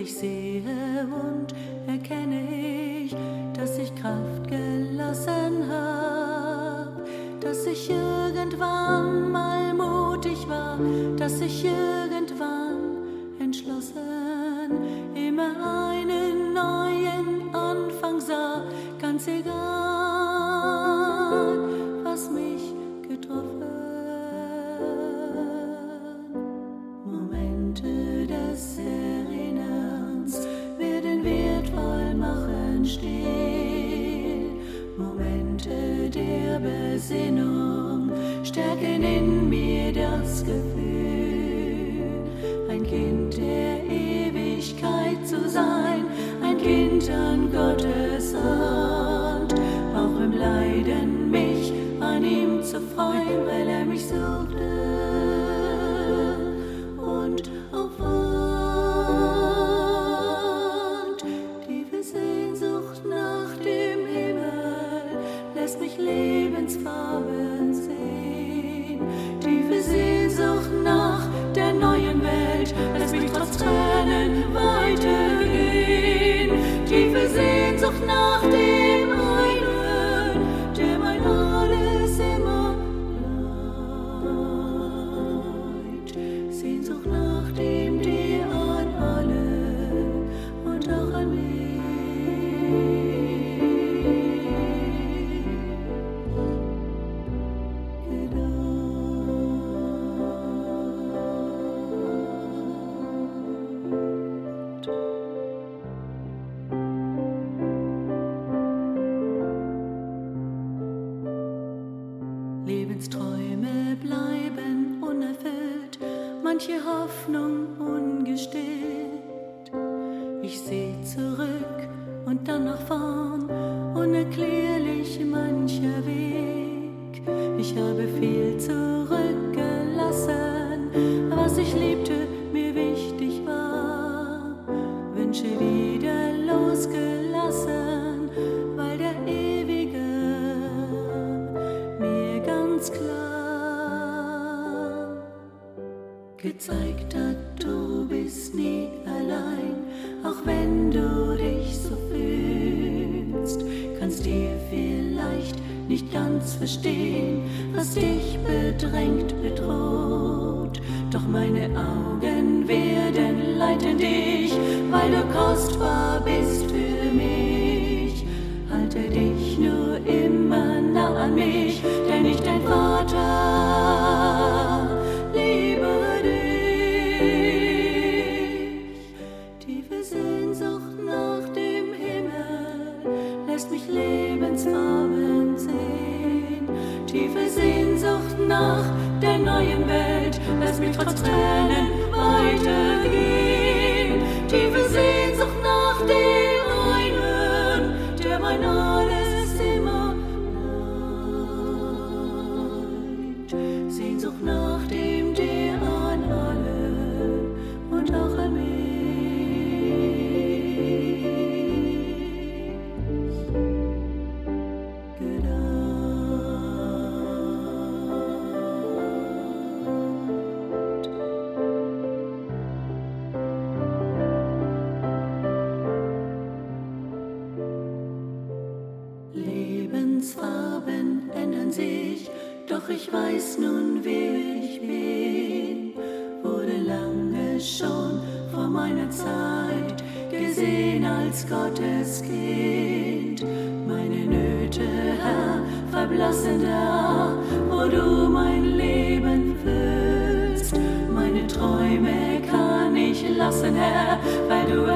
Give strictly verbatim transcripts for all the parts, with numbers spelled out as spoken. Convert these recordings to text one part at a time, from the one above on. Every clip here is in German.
ich sehe und erkenne ich, dass ich Kraft gelassen hab, dass ich irgendwann mal mutig war, dass ich irgendwann entschlossen immer einen neuen Anfang sah, ganz egal, was mich getroffen. Momente des Erinnerns werden wertvoll machen still. Momente der Besinnung stärken in mir das Gefühl, ein Kind der Ewigkeit zu sein, ein Kind an Gottes Hand, auch im Leiden mich an ihm zu freuen, weil er mich suchte und auffand. Tiefe Sehnsucht nach dem Himmel lässt mich Lebensfarben sehen. Tiefe Sehnsucht nach der neuen Welt lässt mich trotz Tränen weitergehen. Tiefe Sehnsucht nach dem einen, der mein alles immer leiht. Sehnsucht nach dem, der an alle und auch an mich. Lebensträume bleiben unerfüllt, manche Hoffnung ungestillt. Ich seh zurück und dann nach vorn, unerklärlich mancher Weg. Ich habe viel zurückgelassen, was ich liebte, mir wichtig war. Wünsche wieder losgelassen, weil der Ewige mir ganz klar gezeigt hat, du bist nie allein, auch wenn du dich so fühlst, kannst dir vielleicht nicht ganz verstehen, was dich bedrängt, bedroht. Doch meine Augen werden leiten dich, weil du kostbar bist für mich. Halte dich nur immer nah an mich, denn ich dein Vater liebe dich. Tiefe Sehnsucht nach dem Himmel lässt mich Lebensfarben sehen. Tiefe Sehnsucht nach der neuen Welt lässt mich trotz Tränen weitergehen. Tiefe Sehnsucht nach dem einen, der mein alles immer leiht. Sehnsucht nach dem, der an alle und auch an mich. Lebensfarben ändern sich, doch ich weiß nun, wer ich bin. Wurde lange schon vor meiner Zeit gesehen als Gottes Kind. Meine Nöte, Herr, verblassen da, wo du mein Leben füllst. Meine Träume kann ich lassen, Herr, weil du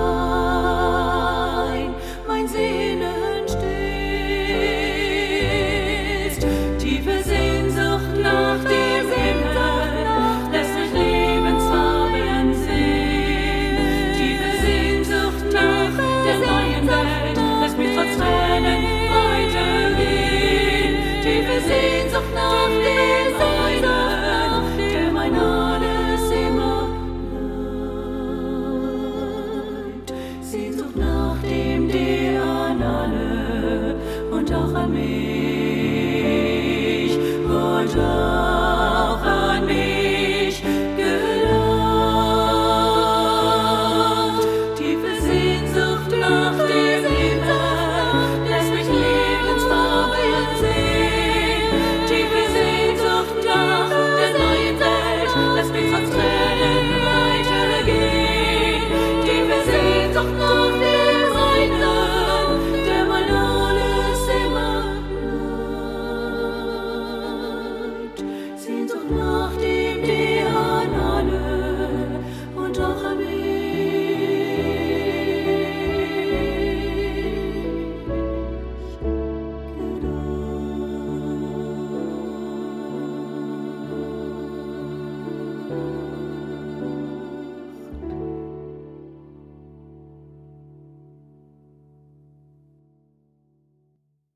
allein mein Sehnen stillst. Tiefe Sehnsucht nach dem Himmel lässt mich Lebensfarben sehen. Tiefe Sehnsucht nach der neuen Welt lässt mich trotz Tränen weitergehen. Tiefe Sehnsucht nach